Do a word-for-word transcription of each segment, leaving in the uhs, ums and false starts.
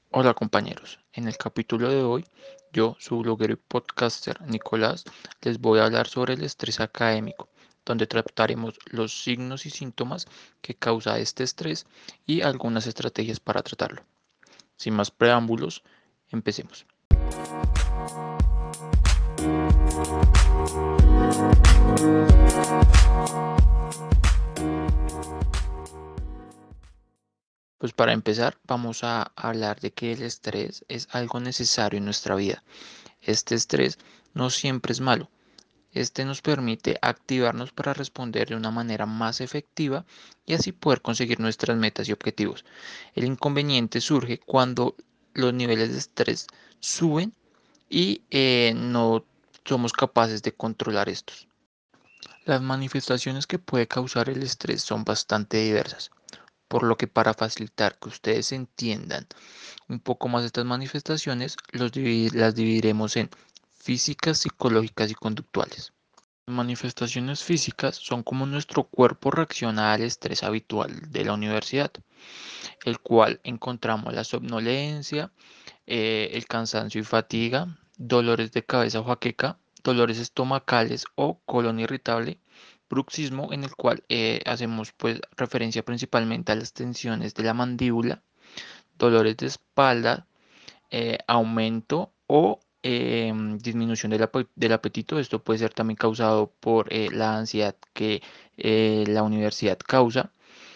Hola compañeros, en el capítulo de hoy, yo, su bloguero y podcaster Nicolás, les voy a hablar sobre el estrés académico, donde trataremos los signos y síntomas que causa este estrés y algunas estrategias para tratarlo. Sin más preámbulos, empecemos. Pues para empezar, vamos a hablar de que el estrés es algo necesario en nuestra vida. Este estrés no siempre es malo. Este nos permite activarnos para responder de una manera más efectiva y así poder conseguir nuestras metas y objetivos. El inconveniente surge cuando los niveles de estrés suben y eh, no somos capaces de controlar estos. Las manifestaciones que puede causar el estrés son bastante diversas, por lo que para facilitar que ustedes entiendan un poco más estas manifestaciones, los divi- las dividiremos en físicas, psicológicas y conductuales. Las manifestaciones físicas son como nuestro cuerpo reacciona al estrés habitual de la universidad, el cual encontramos la somnolencia, eh, el cansancio y fatiga, dolores de cabeza o jaqueca, dolores estomacales o colon irritable, bruxismo en el cual eh, hacemos pues referencia principalmente a las tensiones de la mandíbula, dolores de espalda, eh, aumento o em, disminución del, ape- del apetito. Esto puede ser también causado por eh, la ansiedad que eh, la universidad causa,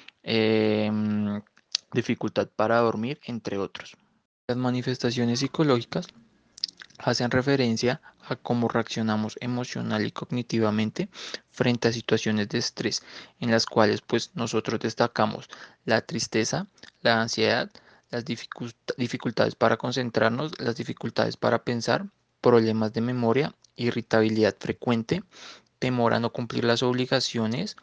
em, dificultad para dormir, entre otros. Las manifestaciones psicológicas hacen referencia a cómo reaccionamos emocional y cognitivamente frente a situaciones de estrés en las cuales pues nosotros destacamos la tristeza, la ansiedad, las dificult- dificultades para concentrarnos, las dificultades para pensar, problemas de memoria, irritabilidad frecuente, temor a no cumplir las obligaciones,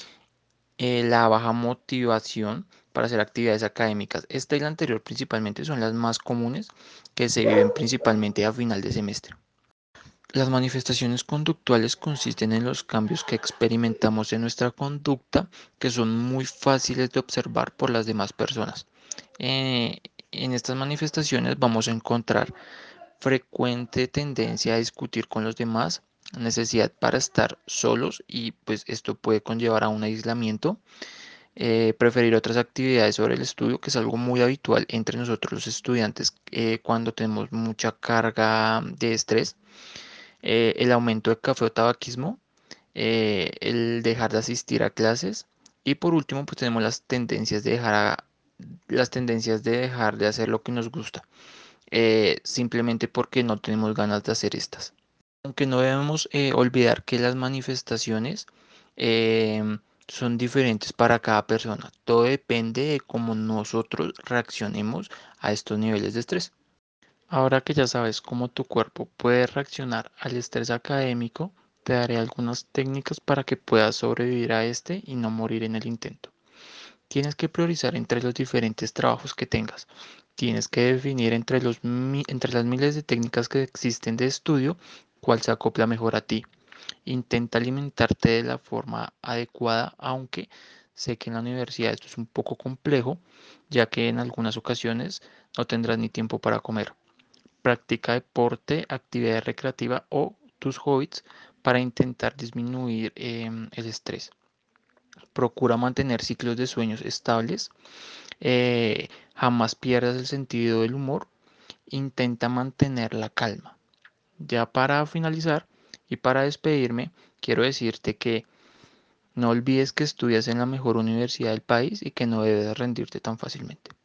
eh, la baja motivación para hacer actividades académicas. Esta y la anterior principalmente son las más comunes que se viven principalmente a final de semestre. Las manifestaciones conductuales consisten en los cambios que experimentamos en nuestra conducta que son muy fáciles de observar por las demás personas. Eh, en estas manifestaciones vamos a encontrar frecuente tendencia a discutir con los demás, necesidad para estar solos y pues esto puede conllevar a un aislamiento, eh, preferir otras actividades sobre el estudio, que es algo muy habitual entre nosotros los estudiantes eh, cuando tenemos mucha carga de estrés, eh, el aumento de café o tabaquismo, eh, el dejar de asistir a clases y por último pues tenemos las tendencias de dejar a- las tendencias de dejar de hacer lo que nos gusta, eh, simplemente porque no tenemos ganas de hacer estas. Aunque no debemos eh, olvidar que las manifestaciones em, son diferentes para cada persona. Todo depende de cómo nosotros reaccionemos a estos niveles de estrés. Ahora que ya sabes cómo tu cuerpo puede reaccionar al estrés académico, te daré algunas técnicas para que puedas sobrevivir a este y no morir en el intento. Tienes que priorizar entre los diferentes trabajos que tengas. Tienes que definir entre los, mi- entre las miles de técnicas que existen de estudio cuál se acopla mejor a ti. Intenta alimentarte de la forma adecuada, aunque sé que en la universidad esto es un poco complejo, ya que en algunas ocasiones no tendrás ni tiempo para comer. Practica deporte, actividad recreativa o tus hobbies para intentar disminuir em, el estrés. Procura mantener ciclos de sueños estables. eh, jamás pierdas el sentido del humor. Intenta mantener la calma. Ya para finalizar y para despedirme, quiero decirte que no olvides que estudias en la mejor universidad del país y que no debes rendirte tan fácilmente.